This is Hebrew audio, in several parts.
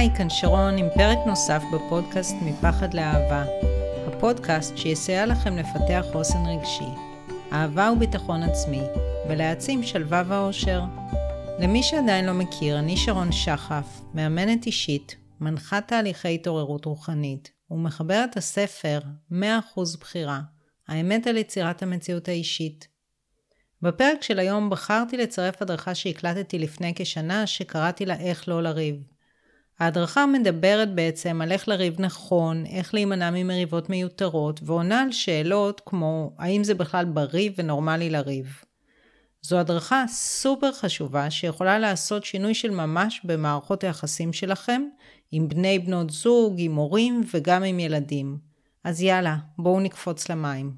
היי, כאן שרון עם פרק נוסף בפודקאסט מפחד לאהבה. הפודקאסט שיסייע לכם לפתח חוסן רגשי, אהבה וביטחון עצמי, ולהעצים שלווה ואושר. למי שעדיין לא מכיר, אני שרון שחף, מאמנת אישית, מנחת תהליכי התעוררות רוחנית, ומחברת הספר 100% בחירה, האמת על יצירת המציאות האישית. בפרק של היום בחרתי לצרף הדרכה שהקלטתי לפני כשנה שקראתי לה איך לא לריב. ההדרכה מדברת בעצם על איך לריב נכון, איך להימנע ממריבות מיותרות, ועונה על שאלות כמו האם זה בכלל בריא ונורמלי לריב. זו הדרכה סופר חשובה שיכולה לעשות שינוי של ממש במערכות היחסים שלכם, עם בני בנות זוג, עם הורים וגם עם ילדים. אז יאללה, בואו נקפוץ למים.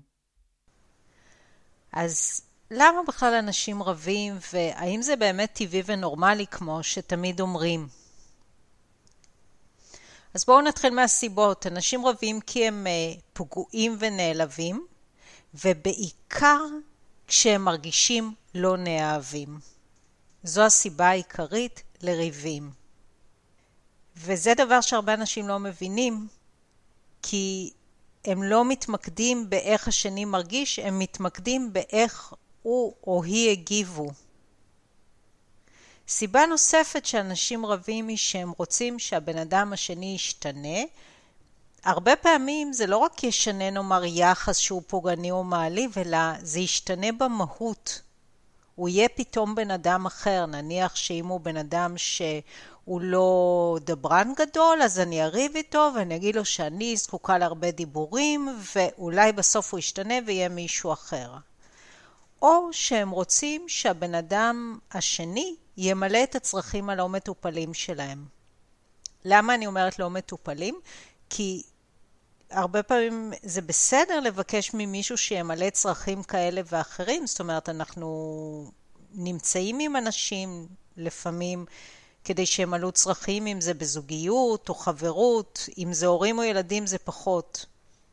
אז למה בכלל אנשים רבים, והאם זה באמת טבעי ונורמלי כמו שתמיד אומרים? אז בואו נתחיל מהסיבות. אנשים רבים כי הם פגועים ונעלבים, ובעיקר כשהם מרגישים לא נאהבים. זו הסיבה העיקרית לריבים. וזה דבר שהרבה אנשים לא מבינים, כי הם לא מתמקדים באיך השני מרגיש, הם מתמקדים באיך הוא או היא הגיבו. סיבה נוספת שאנשים רבים היא שהם רוצים שהבן אדם השני ישתנה. הרבה פעמים זה לא רק ישנה נאמר יחס שהוא פוגעני או מעליב, אלא זה ישתנה במהות. הוא יהיה פתאום בן אדם אחר. נניח שאם הוא בן אדם שהוא לא דברן גדול, אז אני אריב איתו ואני אגיד לו שאני זקוקה להרבה דיבורים, ואולי בסוף הוא ישתנה ויהיה מישהו אחר. או שהם רוצים שהבן אדם השני ימלא את הצרכים הלא מטופלים שלהם. למה אני אומרת לא מטופלים? כי הרבה פעמים זה בסדר לבקש ממישהו שימלא צרכים כאלה ואחרים. זאת אומרת, אנחנו נמצאים עם אנשים לפעמים כדי שימלאו צרכים, אם זה בזוגיות או חברות, אם זה הורים או ילדים זה פחות.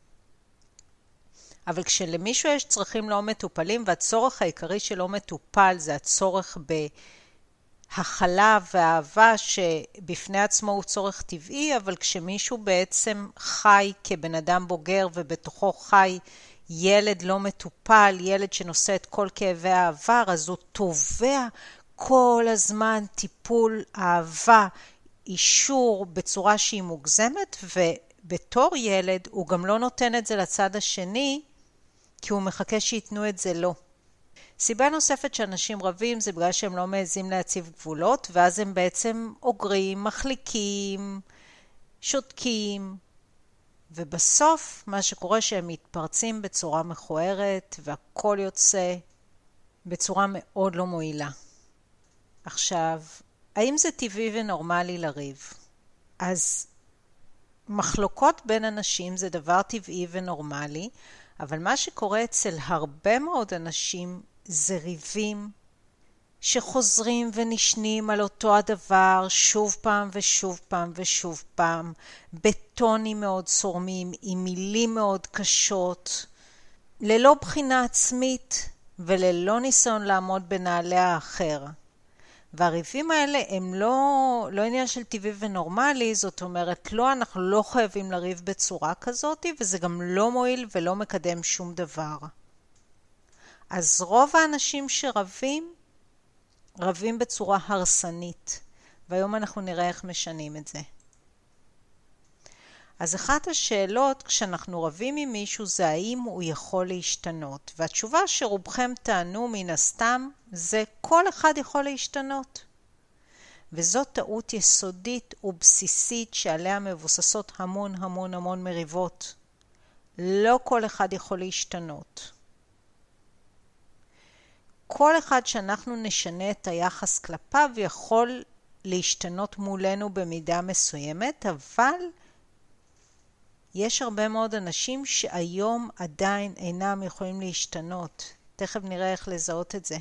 אבל כשלמישהו יש צרכים לא מטופלים, והצורך העיקרי שלא מטופל זה הצורך בהכלה ואהבה, שבפני עצמו הוא צורך טבעי, אבל כשמישהו בעצם חי כבן אדם בוגר ובתוכו חי ילד לא מטופל, ילד שנושא את כל כאבי העבר, אז הוא תובע כל הזמן טיפול, אהבה, אישור בצורה שהיא מוגזמת, ובתור ילד הוא גם לא נותן את זה לצד השני, כי הוא מחכה שיתנו את זה לו. סיבה נוספת שאנשים רבים זה בגלל שהם לא מעזים להציב גבולות, ואז הם בעצם אוגרים, מחליקים, שותקים, ובסוף מה שקורה שהם מתפרצים בצורה מכוערת, והכל יוצא בצורה מאוד לא מועילה. עכשיו, האם זה טבעי ונורמלי לריב? אז מחלוקות בין אנשים זה דבר טבעי ונורמלי, אבל מה שקורה אצל הרבה מאוד אנשים זה ריבים שחוזרים ונשנים על אותו הדבר שוב פעם ושוב פעם ושוב פעם, בטונים מאוד צורמים, עם מילים מאוד קשות, ללא בחינה עצמית וללא ניסיון לעמוד בנעלי האחר. והריבים האלה הם לא עניין של טבעי ונורמלי, זאת אומרת, לא, אנחנו לא חייבים לריב בצורה כזאת, וזה גם לא מועיל ולא מקדם שום דבר. אז רוב האנשים שרבים, רבים בצורה הרסנית, והיום אנחנו נראה איך משנים את זה. אז אחת השאלות כשאנחנו רבים עם מישהו זה האם הוא יכול להשתנות, והתשובה שרובכם טענו מן הסתם זה כל אחד יכול להשתנות. וזאת טעות יסודית ובסיסית שעליה מבוססות המון המון המון מריבות. לא כל אחד יכול להשתנות. כל אחד שאנחנו נשנה את היחס כלפיו יכול להשתנות מולנו במידה מסוימת, אבל יש הרבה מאוד אנשים שהיום עדיין אינם יכולים להשתנות. תכף נראה איך לזהות את זה.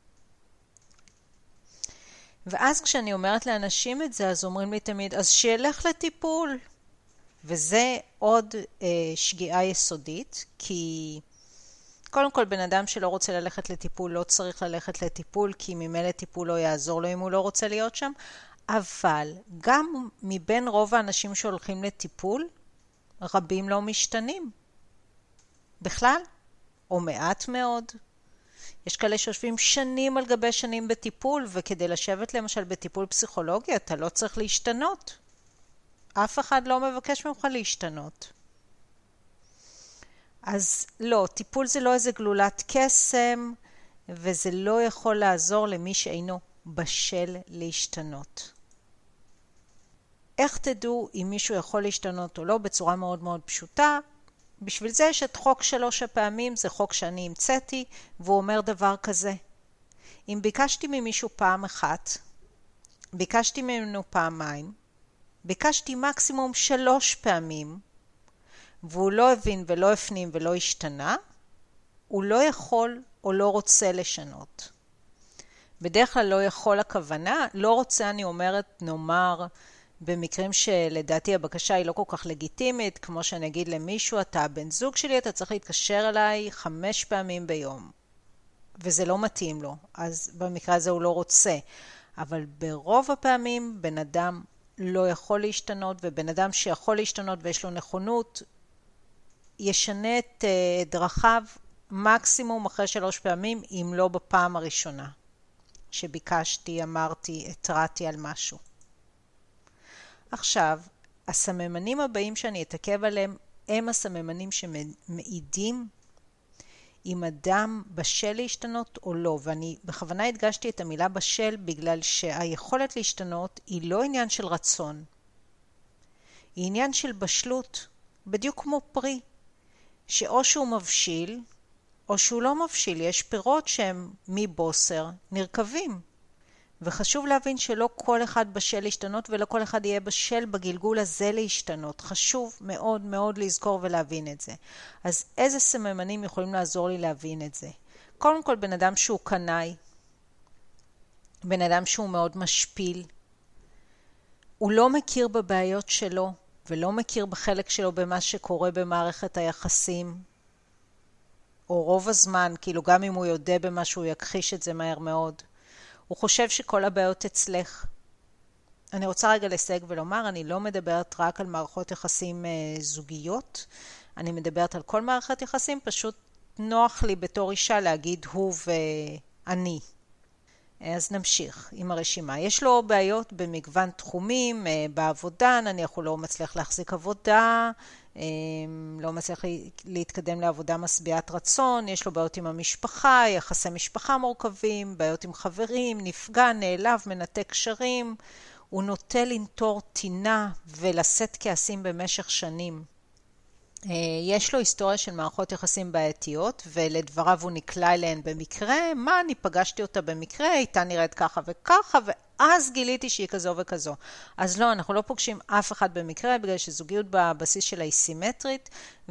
ואז כשאני אומרת לאנשים את זה, אז אומרים לי תמיד, אז שילך לטיפול. וזה עוד שגיאה יסודית, כי קודם כל בן אדם שלא רוצה ללכת לטיפול לא צריך ללכת לטיפול, כי ממילא טיפול לא יעזור לו אם הוא לא רוצה להיות שם. אבל גם מבין רוב האנשים שהולכים לטיפול, רבים לא משתנים. בכלל, או מעט מאוד. יש כאלה שיושבים שנים על גבי שנים בטיפול, וכדי לשבת למשל בטיפול פסיכולוגי, אתה לא צריך להשתנות. אף אחד לא מבקש ממך להשתנות. אז לא, טיפול זה לא איזה גלולת קסם, וזה לא יכול לעזור למי שאינו בשל להשתנות. איך תדעו אם מישהו יכול להשתנות או לא? בצורה מאוד מאוד פשוטה. בשביל זה יש את חוק 3 הפעמים, זה חוק שאני המצאתי, והוא אומר דבר כזה. אם ביקשתי ממישהו פעם אחת, ביקשתי ממנו פעמיים, ביקשתי מקסימום 3 פעמים, והוא לא הבין ולא הפנים ולא השתנה, הוא לא יכול או לא רוצה לשנות. בדרך כלל לא יכול הכוונה, לא רוצה אני אומרת נאמר, במקרים שלדעתי הבקשה היא לא כל כך לגיטימית, כמו שאני אגיד למישהו, אתה בן זוג שלי, אתה צריך להתקשר אליי 5 פעמים ביום. וזה לא מתאים לו, אז במקרה הזה הוא לא רוצה. אבל ברוב הפעמים בן אדם לא יכול להשתנות, ובן אדם שיכול להשתנות ויש לו נכונות, ישנה את דרכיו מקסימום אחרי 3 פעמים, אם לא בפעם הראשונה. שביקשתי, אמרתי, התרעתי על משהו. עכשיו, הסממנים הבאים שאני אתעכב עליהם, הם הסממנים שמעידים אם אדם בשל להשתנות או לא. ואני בכוונה הדגשתי את המילה בשל, בגלל שהיכולת להשתנות היא לא עניין של רצון. היא עניין של בשלות, בדיוק כמו פרי, שאו שהוא מבשיל, או שהוא לא מבשיל. יש פירות שהם מבוסר נרכבים. וחשוב להבין שלא כל אחד בשל להשתנות, ולא כל אחד יהיה בשל בגלגול הזה להשתנות. חשוב מאוד מאוד לזכור ולהבין את זה. אז איזה סממנים יכולים לעזור לי להבין את זה? קודם כל, בן אדם שהוא קנאי, בן אדם שהוא מאוד משפיל, הוא לא מכיר בבעיות שלו, ולא מכיר בחלק שלו במה שקורה במערכת היחסים, או רוב הזמן, כאילו גם אם הוא יודע במה שהוא יכחיש את זה מהר מאוד. הוא חושב שכל הבעיות אצלך. אני רוצה רגע לסייג ולומר, אני לא מדברת רק על מערכות יחסים זוגיות, אני מדברת על כל מערכת יחסים, פשוט נוח לי בתור אישה להגיד הוא ואני. אז נמשיך עם הרשימה. יש לו בעיות במגוון תחומים, בעבודה, נניח הוא לא מצליח להחזיק עבודה, לא מצליח להתקדם לעבודה משביעת רצון, יש לו בעיות עם המשפחה, יחסי משפחה מורכבים, בעיות עם חברים, נפגע, נעלב, מנתק קשרים, הוא נוטה לנטור טינה ולשאת כעסים במשך שנים. יש לו היסטוריה של מערכות יחסים בעייתיות, ולדבריו הוא נקלע אליהן במקרה. מה, אני פגשתי אותה במקרה, הייתה נראית ככה וככה, ואז גיליתי שהיא כזו וכזו. אז לא, אנחנו לא פוגשים אף אחד במקרה, בגלל שזוגיות בבסיס שלה היא סימטרית,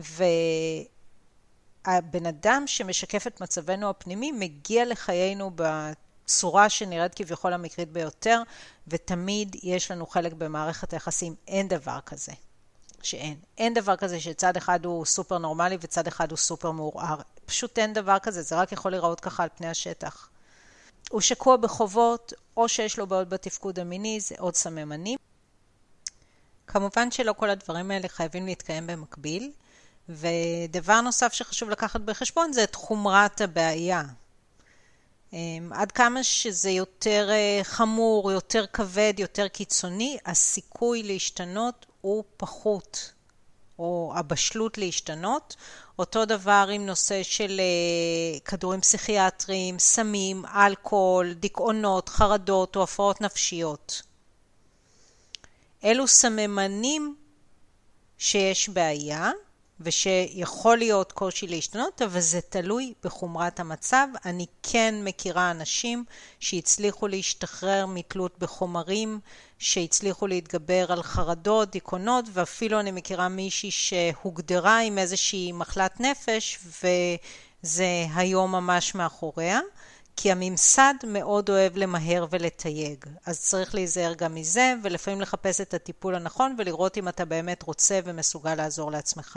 והבן אדם שמשקף את מצבנו הפנימי מגיע לחיינו בצורה שנראית כביכול המקרית ביותר, ותמיד יש לנו חלק במערכת היחסים. אין דבר כזה. אין דבר כזה שצד אחד הוא סופר נורמלי וצד אחד הוא סופר מעורער. פשוט אין דבר כזה, זה רק יכול לראות ככה על פני השטח. הוא שקוע בחובות, או שיש לו בעיות בתפקוד המיני, זה עוד סממנים. כמובן שלא כל הדברים האלה חייבים להתקיים במקביל, ודבר נוסף שחשוב לקחת בחשבון זה את חומרת הבעיה. עד כמה שזה יותר חמור, יותר כבד, יותר קיצוני, הסיכוי להשתנות הוא פחות, או הבשלות להשתנות. אותו דבר עם נושא של כדורים פסיכיאטריים, סמים, אלכוהול, דיכאונות, חרדות או הפרעות נפשיות. אלו סממנים שיש בעיה, ושיכול להיות קושי להשתנות, אבל זה תלוי בחומרת המצב. אני כן מכירה אנשים שהצליחו להשתחרר מתלות בחומרים, שהצליחו להתגבר על חרדות, דיכאונות, ואפילו אני מכירה מישהי שהוגדרה עם איזושהי מחלת נפש, וזה היום ממש מאחוריה, כי הממסד מאוד אוהב למהר ולתייג. אז צריך להיזהר גם מזה, ולפעמים לחפש את הטיפול הנכון, ולראות אם אתה באמת רוצה ומסוגל לעזור לעצמך.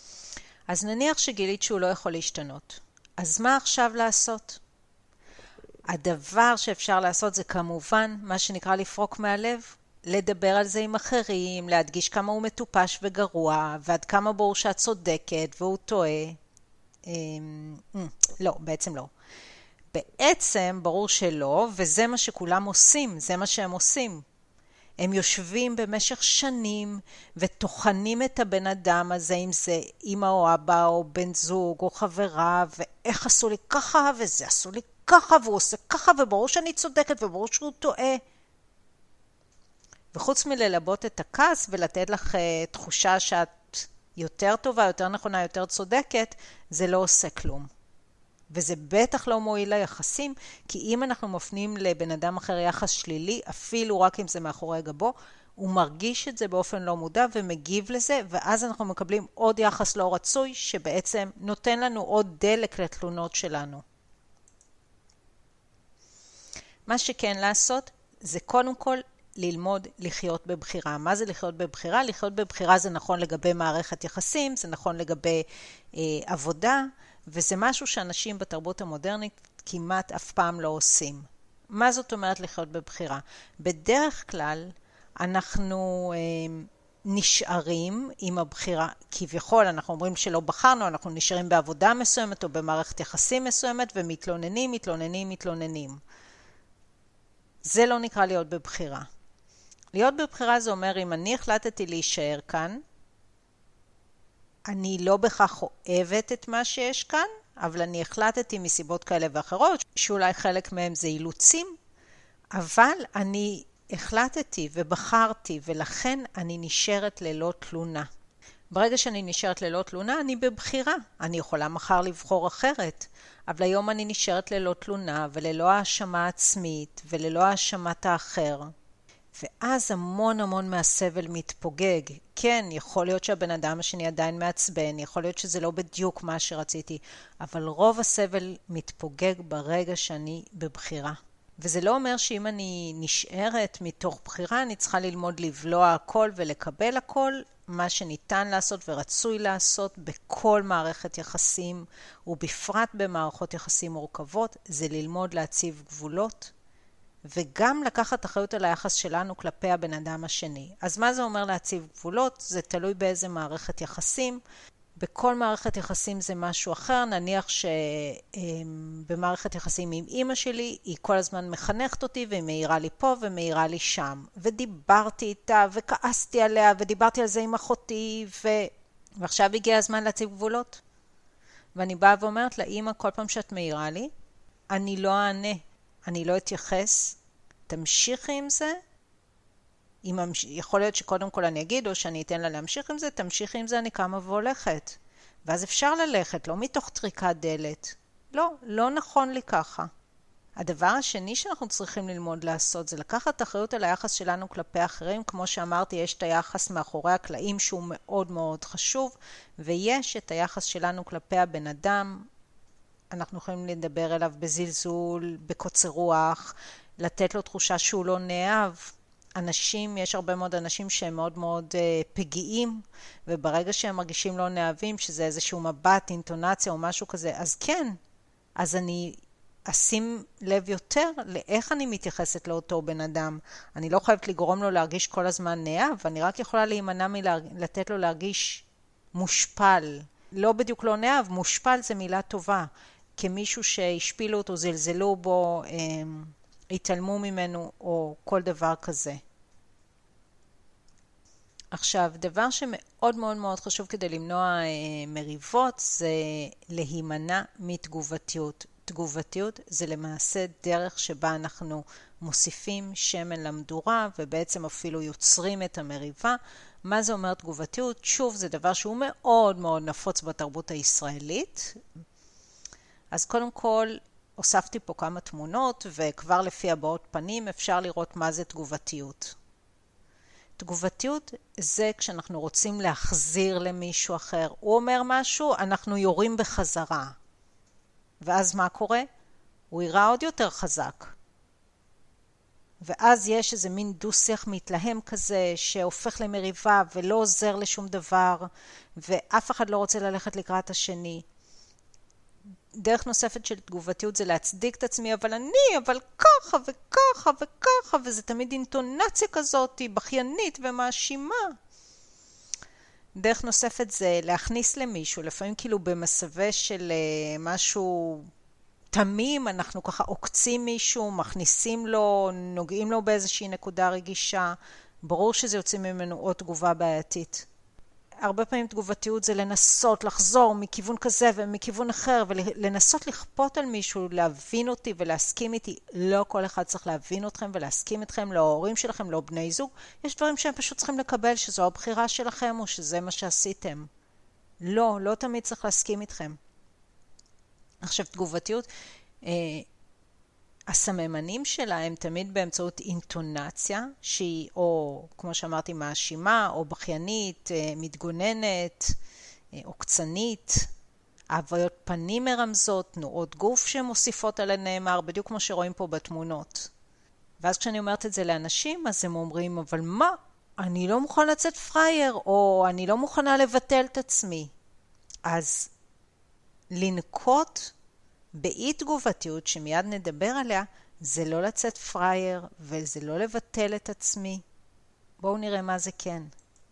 אז נניח שגילית שהוא לא יכול להשתנות. אז מה עכשיו לעשות? הדבר שאפשר לעשות זה כמובן מה שנקרא לפרוק מהלב, לדבר על זה עם אחרים, להדגיש כמה הוא מטופש וגרוע, ועד כמה ברור שאת צודקת והוא טועה. לא, בעצם לא. בעצם ברור שלא, וזה מה שכולם עושים, זה מה שהם עושים. הם יושבים במשך שנים וטוחנים את הבן אדם הזה, אם זה אמא או אבא או בן זוג או חברה, ואיך עשו לי ככה וזה עשו לי ככה והוא עושה ככה וברור שאני צודקת וברור שהוא טועה. וחוץ מללבות את הכעס ולתת לך תחושה שאת יותר טובה, יותר נכונה, יותר צודקת, זה לא עושה כלום. וזה בטח לא מועיל ליחסים, כי אם אנחנו מפנים לבן אדם אחר יחס שלילי, אפילו רק אם זה מאחורי גבו, הוא מרגיש את זה באופן לא מודע ומגיב לזה, ואז אנחנו מקבלים עוד יחס לא רצוי, שבעצם נותן לנו עוד דלק לתלונות שלנו. מה שכן לעשות, זה קודם כל ללמוד לחיות בבחירה. מה זה לחיות בבחירה? לחיות בבחירה זה נכון לגבי מערכת יחסים, זה נכון לגבי עבודה, וזה משהו שאנשים בתרבות המודרנית כמעט אף פעם לא עושים. מה זאת אומרת לחיות בבחירה? בדרך כלל אנחנו נשארים עם הבחירה, כביכול אנחנו אומרים שלא בחרנו, אנחנו נשארים בעבודה מסוימת או במערכת יחסים מסוימת ומתלוננים. זה לא נקרא להיות בבחירה. להיות בבחירה זה אומר, אם אני החלטתי להישאר כאן, אני לא בכך אוהבת את מה שיש כאן, אבל אני החלטתי מסיבות כאלה ואחרות, שאולי חלק מהם זה אילוצים, אבל אני החלטתי ובחרתי, ולכן אני נשארת ללא תלונה. ברגע שאני נשארת ללא תלונה, אני בבחירה. אני יכולה מחר לבחור אחרת, אבל היום אני נשארת ללא תלונה, וללא האשמה עצמית, וללא האשמת האחר. ואז המון מהסבל מתפוגג. כן, יכול להיות שהבן אדם השני עדיין מעצבן, יכול להיות שזה לא בדיוק מה שרציתי, אבל רוב הסבל מתפוגג ברגע שאני בבחירה. וזה לא אומר שאם אני נשארת מתוך בחירה, אני צריכה ללמוד לבלוע הכל ולקבל הכל, מה שניתן לעשות ורצוי לעשות בכל מערכת יחסים, ובפרט במערכות יחסים מורכבות, זה ללמוד להציב גבולות, וגם לקחת אחריות על היחס שלנו כלפי הבן אדם השני. אז מה זה אומר להציב גבולות? זה תלוי באיזה מערכת יחסים. בכל מערכת יחסים זה משהו אחר. נניח שבמערכת יחסים עם אמא שלי, היא כל הזמן מחנכת אותי והיא מעירה לי פה ומעירה לי שם. ודיברתי איתה וכעסתי עליה ודיברתי על זה עם אחותי ועכשיו הגיע הזמן להציב גבולות. ואני באה ואומרת לה, אמא, כל פעם שאת מעירה לי, אני לא אענה. אני לא אתייחס, תמשיכי עם זה, יכול להיות שקודם כל אני אגיד, או שאני אתן לה להמשיך עם זה, תמשיכי עם זה, אני קמה והולכת. ואז אפשר ללכת, לא מתוך טריקת דלת. לא נכון לי ככה. הדבר השני שאנחנו צריכים ללמוד לעשות, זה לקחת אחריות על היחס שלנו כלפי אחרים. כמו שאמרתי, יש את היחס מאחורי הקלעים שהוא מאוד חשוב, ויש את היחס שלנו כלפי הבן אדם, אנחנו יכולים לדבר אליו בזלזול, בקוצר רוח, לתת לו תחושה שהוא לא נאהב. יש הרבה מאוד אנשים שהם מאוד פגיעים, וברגע שהם מרגישים לא נאהבים, שזה איזשהו מבט, אינטונציה או משהו כזה, אז כן, אז אני אשים לב יותר לאיך אני מתייחסת לאותו בן אדם. אני לא חייבת לגרום לו להרגיש כל הזמן נאהב, אני רק יכולה להימנע לתת לו להרגיש מושפל. לא בדיוק לא נאהב, מושפל זה מילה טובה. כמישהו שהשפילו אותו, זלזלו בו, התעלמו ממנו או כל דבר כזה. עכשיו, דבר שמאוד חשוב כדי למנוע מריבות זה להימנע מתגובתיות. תגובתיות זה למעשה דרך שבה אנחנו מוסיפים שמן למדורה ובעצם אפילו יוצרים את המריבה. מה זה אומר תגובתיות? שוב, זה דבר שהוא מאוד נפוץ בתרבות הישראלית. אז קודם כל, הוספתי פה כמה תמונות, וכבר לפי הבעות פנים אפשר לראות מה זה תגובתיות. תגובתיות זה כשאנחנו רוצים להחזיר למישהו אחר. הוא אומר משהו, אנחנו יורים בחזרה. ואז מה קורה? הוא ייראה עוד יותר חזק. ואז יש איזה מין דו-שיח מתלהם כזה, שהופך למריבה ולא עוזר לשום דבר, ואף אחד לא רוצה ללכת לקראת השני. דרך נוספת של תגובתיות זה להצדיק את עצמי, אבל ככה וככה וככה, וזה תמיד אינטונציה כזאת, בכיינית ומאשימה. דרך נוספת זה להכניס למישהו, לפעמים כאילו במסווה של משהו תמים, אנחנו ככה עוקצים מישהו, מכניסים לו, נוגעים לו באיזושהי נקודה רגישה, ברור שזה יוצא ממנו עוד תגובה בעייתית. הרבה פעמים תגובתיות זה לנסות לחזור מכיוון כזה ומכיוון אחר, ולנסות לכפות על מישהו להבין אותי ולהסכים איתי. לא כל אחד צריך להבין אתכם ולהסכים אתכם, לא ההורים שלכם, לא בני זוג. יש דברים שהם פשוט צריכים לקבל, שזו הבחירה שלכם או שזה מה שעשיתם. לא תמיד צריך להסכים איתכם. עכשיו תגובתיות, הסממנים שלה הם תמיד באמצעות אינטונציה, שהיא או, כמו שאמרתי, מאשימה, או בכיינית, מתגוננת, עוקצנית, הבעיות פנים מרמזות, תנועות גוף שמוסיפות על הנאמר, בדיוק כמו שרואים פה בתמונות. ואז כשאני אומרת את זה לאנשים, אז הם אומרים, אבל מה? אני לא מוכן לצאת פרייר, או אני לא מוכנה לבטל את עצמי. אז לנקוט באי תגובתיות שמיד נדבר עליה, זה לא לצאת פרייר וזה לא לבטל את עצמי. בואו נראה מה זה כן.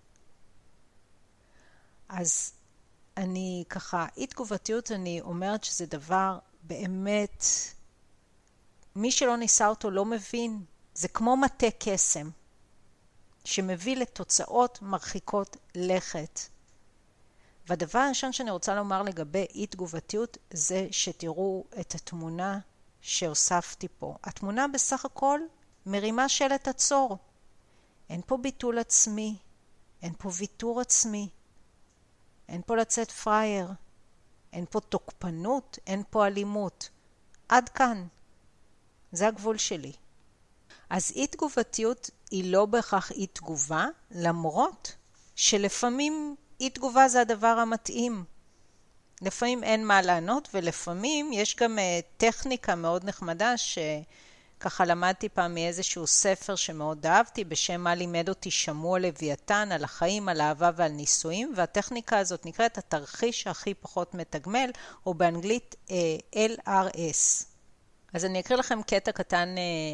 אז אני ככה, אי תגובתיות אני אומרת שזה דבר באמת, מי שלא ניסה אותו לא מבין. זה כמו מטה קסם שמביא לתוצאות מרחיקות לכת. והדבר הראשון שאני רוצה לומר לגבי אי תגובתיות זה שתראו את התמונה שהוספתי פה. התמונה בסך הכל מרימה שלט עצור. אין פה ביטול עצמי, אין פה ויתור עצמי, אין פה לצאת פרייר, אין פה תוקפנות, אין פה אלימות. עד כאן. זה הגבול שלי. אז אי תגובתיות היא לא בהכרח אי תגובה, למרות שלפעמים אי תגובה זה הדבר המתאים. לפעמים אין מה לענות, ולפעמים יש גם טכניקה מאוד נחמדה שככה למדתי פעם מאיזשהו ספר שמאוד אהבתי, בשם מה לימד אותי שמוע לוויתן, על החיים, על אהבה ועל נישואים, והטכניקה הזאת נקראת התרחיש הכי פחות מתגמל, או באנגלית LRS. אז אני אקריא לכם קטע קטן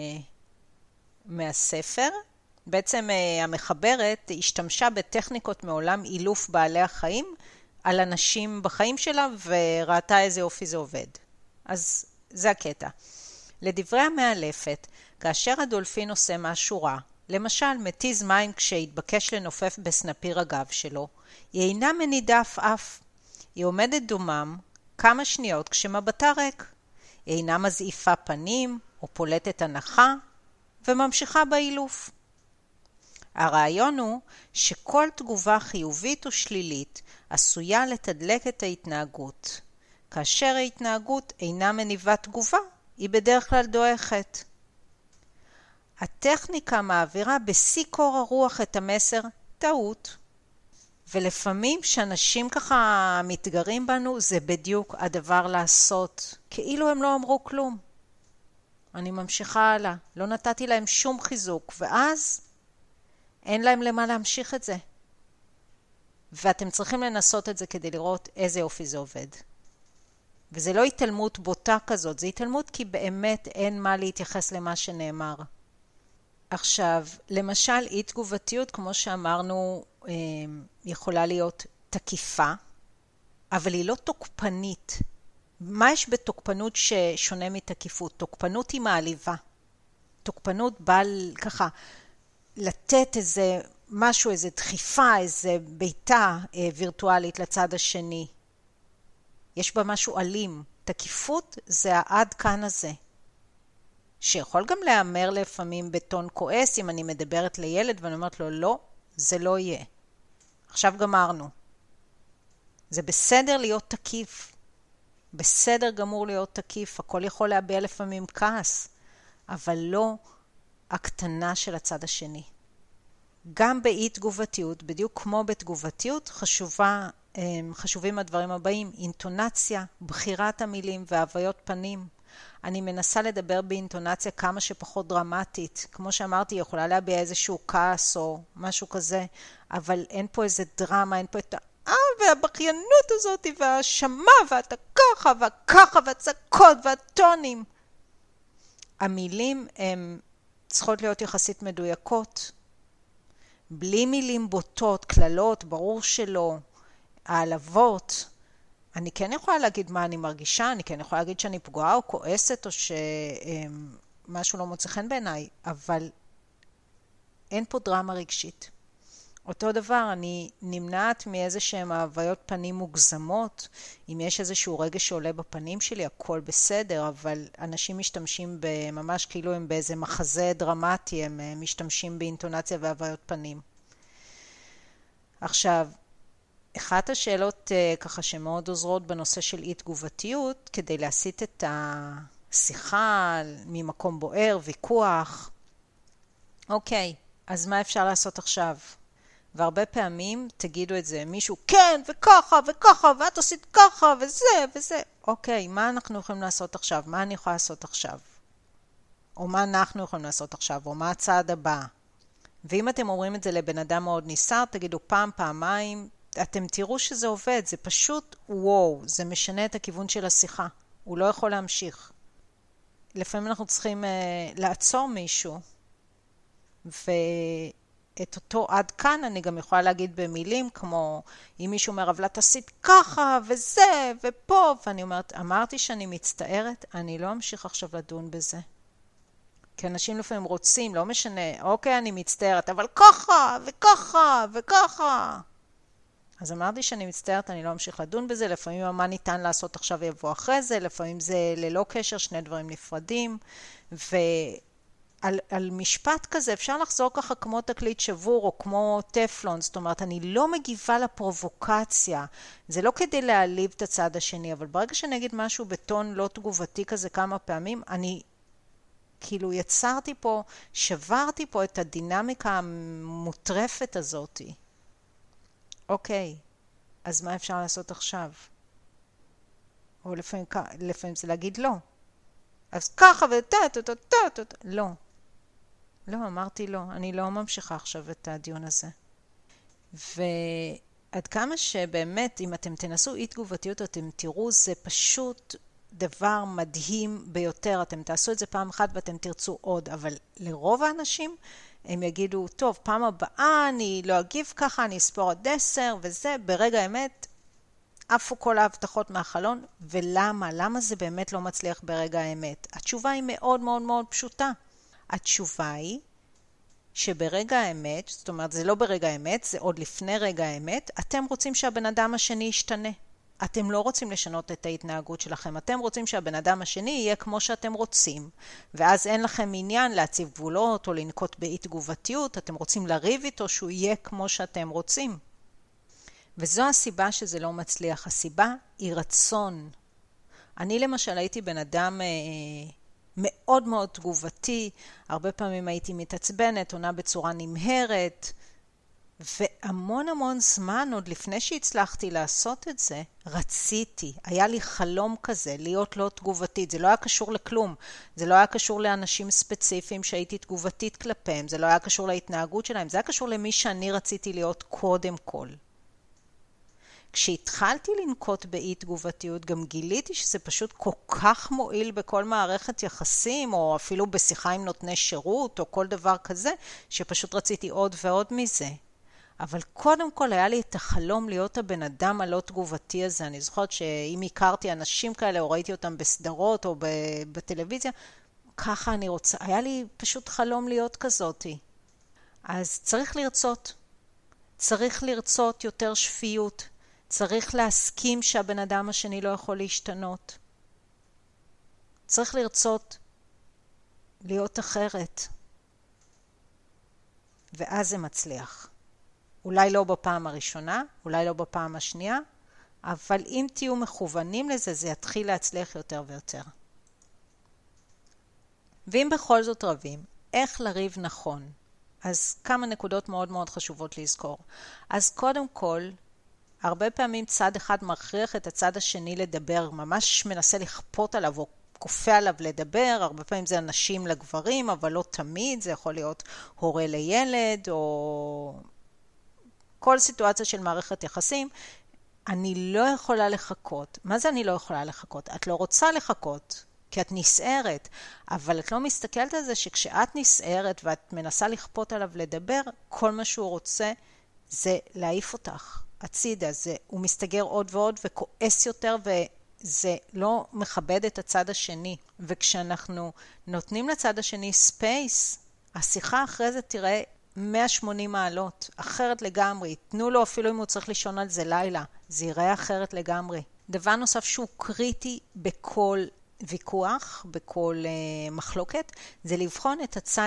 מהספר. בעצם המחברת השתמשה בטכניקות מעולם אילוף בעלי החיים על אנשים בחיים שלה, וראתה איזה אופי זה עובד. אז זה הקטע. לדברי המאלפת, כאשר הדולפין עושה משהו רע, למשל מתיז מים כשהתבקש לנופף בסנפיר הגב שלו, היא אינה מנידה אף. היא עומדת דומם כמה שניות כשמבטה ריק. היא אינה מזעיפה פנים או פולטת הנחה, וממשיכה באילוף. הרעיון הוא שכל תגובה חיובית או שלילית עשויה לתדלק את ההתנהגות. כאשר ההתנהגות אינה מניבה תגובה, היא בדרך כלל דועכת. הטכניקה מעבירה בשיא קור הרוח את המסר טעות. ולפעמים שאנשים ככה מתגרים בנו, זה בדיוק הדבר לעשות. כאילו הם לא אמרו כלום. אני ממשיכה הלאה. לא נתתי להם שום חיזוק, ואז אין להם למה להמשיך את זה. ואתם צריכים לנסות את זה כדי לראות איזה אופי זה עובד. וזה לא התעלמות בוטה כזאת, זה התעלמות כי באמת אין מה להתייחס למה שנאמר. עכשיו, למשל, אי תגובתיות, כמו שאמרנו, יכולה להיות תקיפה, אבל היא לא תוקפנית. מה יש בתוקפנות ששונה מתקיפות? תוקפנות היא מעליבה. תוקפנות באה ככה לתת איזה משהו, איזה דחיפה, איזה ביתה וירטואלית לצד השני. יש בה משהו אלים. תקיפות זה העד כאן הזה. שיכול גם להיאמר לפעמים בטון כועס, אם אני מדברת לילד ואני אומרת לו, לא, זה לא יהיה. עכשיו גמרנו. זה בסדר להיות תקיף. בסדר גמור להיות תקיף. הכל יכול להביע לפעמים כעס, אבל לא הקטנה של הצד השני. גם באי תגובתיות, בדיוק כמו בתגובתיות, חשובים הדברים הבאים, אינטונציה, בחירת המילים והוויות פנים. אני מנסה לדבר באינטונציה כמה שפחות דרמטית. כמו שאמרתי, יכולה להביע איזשהו כעס או משהו כזה, אבל אין פה איזה דרמה, אין פה את והבכיינות הזאת, והשמה, ואתה ככה, וככה, והצקות, והטונים. המילים הן צריכות להיות יחסית מדויקות. בלי מילים בוטות, כללות, ברור שלא, העלבות. אני כן יכולה להגיד מה אני מרגישה, אני כן יכולה להגיד שאני פגועה או כועסת, או שמשהו לא מוצא חן בעיניי, אבל אין פה דרמה רגשית. אותו דבר, אני נמנעת מאיזשהם הוויות פנים מוגזמות. אם יש איזשהו רגש שעולה בפנים שלי, הכל בסדר, אבל אנשים משתמשים ממש כאילו הם באיזה מחזה דרמטי, הם משתמשים באינטונציה והוויות פנים. עכשיו, אחת השאלות ככה שמאוד עוזרות בנושא של אי תגובתיות, כדי להסיט את השיחה ממקום בוער, ויכוח. אוקיי, אז מה אפשר לעשות עכשיו? והרבה פעמים תגידו את זה, מישהו, כן, וככה, וככה, ואת עשית ככה, וזה, וזה. אוקיי, מה אנחנו יכולים לעשות עכשיו? מה אני יכולה לעשות עכשיו? או מה אנחנו יכולים לעשות עכשיו? או מה הצעד הבא? ואם אתם אומרים את זה לבן אדם מאוד ניסר, תגידו פעם, פעמיים, אתם תראו שזה עובד, זה פשוט וואו, זה משנה את הכיוון של השיחה. הוא לא יכול להמשיך. לפעמים אנחנו צריכים לעצור מישהו, את אותו עד כאן אני גם יכולה להגיד במילים כמו אם מישהו אומר אבל את עשית ככה וזה ופה, ואני אומרת אמרתי שאני מצטערת, אני לא אמשיך עכשיו לדון בזה. כי אנשים לפעמים רוצים, לא משנה, אוקיי אני מצטערת, אבל ככה וככה וככה. אז אמרתי שאני מצטערת, אני לא אמשיך לדון בזה, לפעמים מה ניתן לעשות עכשיו ויבוא אחרי זה, לפעמים זה ללא קשר, שני דברים נפרדים, על משפט כזה אפשר לחזור ככה כמו תקליט שבור או כמו טפלון, זאת אומרת אני לא מגיבה לפרובוקציה, זה לא כדי להעליב את הצד השני, אבל ברגע שאני אגיד משהו בטון לא תגובתי כזה כמה פעמים, אני כאילו יצרתי פה, שברתי פה את הדינמיקה המוטרפת הזאת. אוקיי, אז מה אפשר לעשות עכשיו? או לפעמים זה להגיד לא. אז ככה לא. לא, אמרתי לא. אני לא ממשיכה עכשיו את הדיון הזה. ועד כמה שבאמת, אם אתם תנסו אי תגובתיות, אתם תראו, זה פשוט דבר מדהים ביותר. אתם תעשו את זה פעם אחת ואתם תרצו עוד, אבל לרוב האנשים הם יגידו, טוב, פעם הבאה אני לא אגיב ככה, אני אספור עד 10 וזה, ברגע האמת, עפו כל ההבטחות מהחלון, ולמה? למה זה באמת לא מצליח ברגע האמת? התשובה היא מאוד מאוד מאוד פשוטה. התשובה היא שברגע האמת, זאת אומרת זה לא ברגע האמת, זה עוד לפני רגע האמת, אתם רוצים שהבן אדם השני ישתנה. אתם לא רוצים לשנות את ההתנהגות שלכם, אתם רוצים שהבן אדם השני יהיה כמו שאתם רוצים, ואז אין לכם עניין להציב גבולות או לנקוט באי תגובתיות, אתם רוצים לריב איתו שהוא יהיה כמו שאתם רוצים. וזו הסיבה שזה לא מצליח. הסיבה היא רצון. אני למשל הייתי בן אדם מאוד מאוד תגובתי, הרבה פעמים הייתי מתעצבנת, עונה בצורה נמהרת, והמון המון זמן עוד לפני שהצלחתי לעשות את זה, רציתי, היה לי חלום כזה, להיות לא תגובתית, זה לא היה קשור לכלום, זה לא היה קשור לאנשים ספציפיים שהייתי תגובתית כלפיהם, זה לא היה קשור להתנהגות שלהם, זה היה קשור למי שאני רציתי להיות קודם כל. כשהתחלתי לנקוט באי תגובתיות, גם גיליתי שזה פשוט כל כך מועיל בכל מערכת יחסים, או אפילו בשיחה עם נותני שירות, או כל דבר כזה, שפשוט רציתי עוד ועוד מזה. אבל קודם כל היה לי את החלום להיות הבן אדם הלא תגובתי הזה. אני זוכרת שאם הכרתי אנשים כאלה, או ראיתי אותם בסדרות, או בטלוויזיה, ככה אני רוצה. היה לי פשוט חלום להיות כזאתי. אז צריך לרצות. צריך לרצות יותר שפיות. צריך להסכים שהבן אדם השני לא יכול להשתנות. צריך לרצות להיות אחרת. ואז זה מצליח. אולי לא בפעם הראשונה, אולי לא בפעם השנייה, אבל אם תהיו מכוונים לזה, זה יתחיל להצליח יותר ויותר. ואם בכל זאת רבים, איך לריב נכון? אז כמה נקודות מאוד מאוד חשובות לזכור. אז קודם כל, הרבה פעמים צד אחד מכריח את הצד השני לדבר, ממש מנסה לכפות עליו או כופה עליו לדבר, הרבה פעמים זה אנשים לגברים, אבל לא תמיד, זה יכול להיות הורה לילד או בכל סיטואציה של מערכת יחסים, אני לא יכולה לחכות. מה זה אני לא יכולה לחכות? את לא רוצה לחכות, כי את נסערת, אבל את לא מסתכלת על זה שכשאת נסערת ואת מנסה לכפות עליו לדבר, כל מה שהוא רוצה זה להעיף אותך הצידה. הוא מסתגר עוד ועוד וכועס יותר, וזה לא מכבד את הצד השני. וכשאנחנו נותנים לצד השני ספייס, השיחה אחרי זה תראה 180 מעלות, אחרת לגמרי. תנו לו אפילו אם הוא צריך לישון על זה לילה, זה ייראה אחרת לגמרי. דבר נוסף שהוא קריטי בכל ויכוח, בכל מחלוקת, זה לבחון את הצד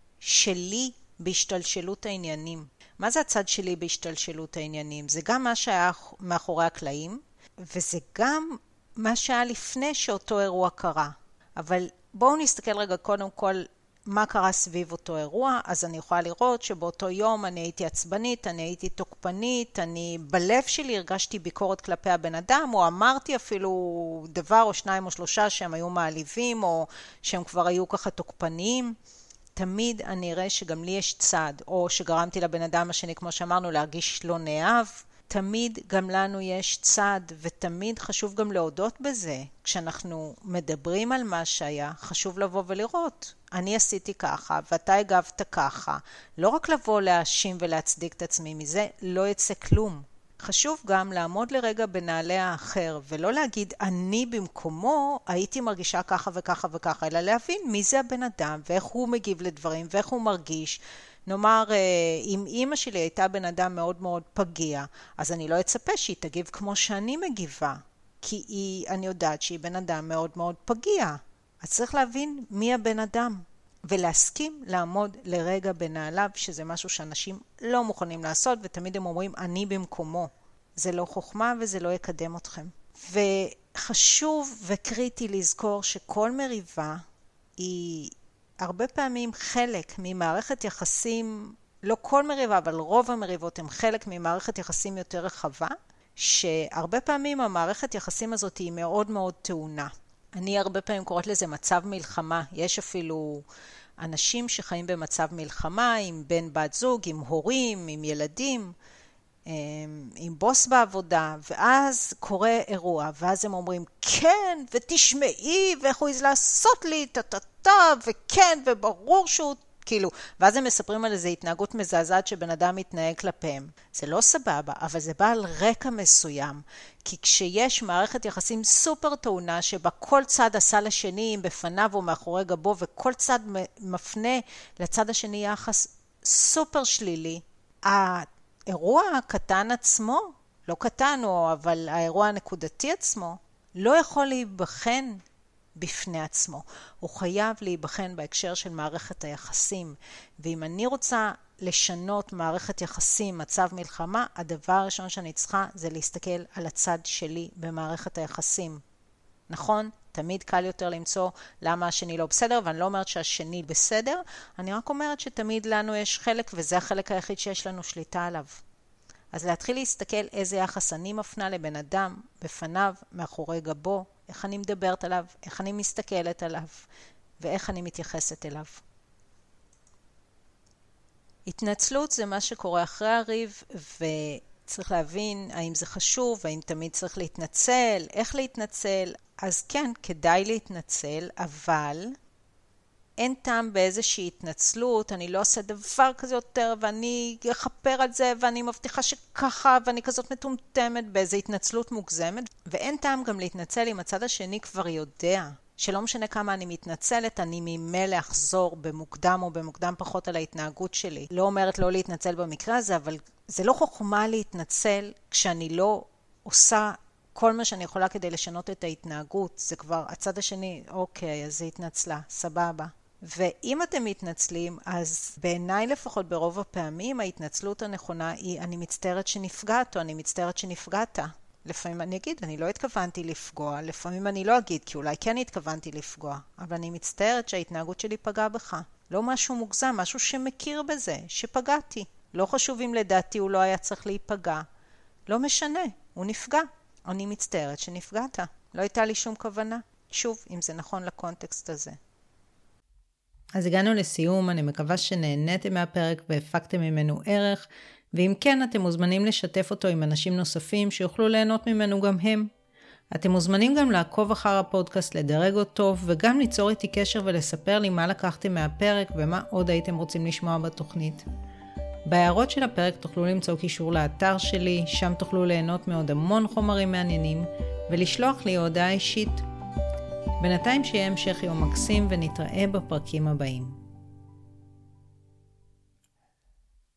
שלי בהשתלשלות העניינים. מה זה הצד שלי בהשתלשלות העניינים? זה גם מה שהיה מאחורי הקלעים, וזה גם מה שהיה לפני שאותו אירוע קרה. אבל בואו נסתכל רגע קודם כל מה קרה סביב אותו אירוע. אז אני יכולה לראות שבאותו יום אני הייתי עצבנית, אני הייתי תוקפנית, אני בלב שלי הרגשתי ביקורת כלפי הבן אדם, או אמרתי אפילו דבר או שניים או שלושה שהם היו מעליבים, או שהם כבר היו ככה תוקפניים. תמיד אני אראה שגם לי יש צד, או שגרמתי לבן אדם השני, כמו שאמרנו, להרגיש לא נאהב. תמיד גם לנו יש צד, ותמיד חשוב גם להודות בזה. כשאנחנו מדברים על מה שהיה, חשוב לבוא ולראות. אני עשיתי ככה, ואתה הגבת ככה. לא רק לבוא להאשים ולהצדיק את עצמי, מזה לא יצא כלום. חשוב גם לעמוד לרגע בנעלי האחר, ולא להגיד אני במקומו הייתי מרגישה ככה וככה וככה, אלא להבין מי זה הבן אדם, ואיך הוא מגיב לדברים, ואיך הוא מרגיש. נאמר, אם אמא שלי הייתה בן אדם מאוד מאוד פגיע, אז אני לא אצפה שהיא תגיב כמו שאני מגיבה, כי אני יודעת שהיא בן אדם מאוד מאוד פגיע. אז צריך להבין מי הבן אדם, ולהסכים לעמוד לרגע בנעליו, שזה משהו שאנשים לא מוכנים לעשות, ותמיד הם אומרים אני במקומו. זה לא חוכמה וזה לא יקדם אתכם. וחשוב וקריטי לזכור שכל מריבה היא הרבה פעמים חלק ממערכת יחסים, לא כל מריבה, אבל רוב המריבות הם חלק ממערכת יחסים יותר רחבה, שהרבה פעמים המערכת יחסים הזאת היא מאוד מאוד טעונה. אני הרבה פעמים קוראת לזה מצב מלחמה. יש אפילו אנשים שחיים במצב מלחמה עם בן בת זוג, עם הורים, עם ילדים, עם בוס בעבודה, ואז קורה אירוע, ואז הם אומרים כן, ותשמעי, ואיך הוא יז לעשות לי, וכן, וברור שהוא, כאילו, ואז הם מספרים על איזו התנהגות מזעזעת שבן אדם מתנהג כלפיהם. זה לא סבבה, אבל זה בא על רקע מסוים, כי כשיש מערכת יחסים סופר טעונה, שבה כל צד עשה לשני בפניו או מאחורי גבו, וכל צד מפנה לצד השני יחס סופר שלילי, האירוע הקטן עצמו, לא קטן, אבל האירוע הנקודתי עצמו, לא יכול להיבחן בפני עצמו. הוא חייב להיבחן בהקשר של מערכת היחסים. ואם אני רוצה לשנות מערכת יחסים, מצב מלחמה, הדבר הראשון שאני צריכה זה להסתכל על הצד שלי במערכת היחסים. נכון? תמיד קל יותר למצוא למה השני לא בסדר, ואני לא אומרת שהשני בסדר, אני רק אומרת שתמיד לנו יש חלק, וזה החלק היחיד שיש לנו שליטה עליו. אז להתחיל להסתכל איזה יחס אני מפנה לבן אדם, בפניו, מאחורי גבו, איך אני מדברת עליו, איך אני מסתכלת עליו, ואיך אני מתייחסת אליו. התנצלות זה מה שקורה אחרי הריב, וצריך להבין האם זה חשוב, האם תמיד צריך להתנצל, איך להתנצל. אז כן, כדאי להתנצל, אבל אין טעם באיזושהי התנצלות, אני לא עושה דבר כזה יותר, ואני אחפר על זה, ואני מבטיחה שככה, ואני כזאת מטומטמת באיזו התנצלות מוגזמת. ואין טעם גם להתנצל אם הצד השני כבר יודע, שלא משנה כמה אני מתנצלת, אני ממילא אחזור במוקדם או במוקדם פחות על ההתנהגות שלי. לא אומרת לא להתנצל במקרה הזה, אבל זה לא חוכמה להתנצל כשאני לא עושה כל מה שאני יכולה כדי לשנות את ההתנהגות. זה כבר הצד השני, אוקיי, אז זה התנצלה, סבבה. ואם אתם מתנצלים, אז בעיניי לפחות ברוב הפעמים ההתנצלות הנכונה היא אני מצטערת שנפגעת או אני מצטערת שנפגעת. לפעמים אני אגיד, אני לא התכוונתי לפגוע, לפעמים אני לא אגיד, כי אולי כן התכוונתי לפגוע, אבל אני מצטערת שההתנהגות שלי פגעה בך. לא משהו מוגזם, משהו שמכיר בזה, שפגעתי. לא חשוב אם לדעתי הוא לא היה צריך להיפגע. לא משנה, הוא נפגע. אני מצטערת שנפגעת. לא הייתה לי שום כוונה. שוב, אם זה נכון לקונטקסט הזה. אז הגענו לסיום, אני מקווה שנהניתם מהפרק והפקתם ממנו ערך, ואם כן, אתם מוזמנים לשתף אותו עם אנשים נוספים שיוכלו ליהנות ממנו גם הם. אתם מוזמנים גם לעקוב אחר הפודקאסט, לדרג אותו, וגם ליצור איתי קשר ולספר לי מה לקחתם מהפרק ומה עוד הייתם רוצים לשמוע בתוכנית. בהערות של הפרק תוכלו למצוא קישור לאתר שלי, שם תוכלו ליהנות מעוד המון חומרים מעניינים, ולשלוח לי הודעה אישית. בינתיים שיהיה המשך יום מקסים ונתראה בפרקים הבאים.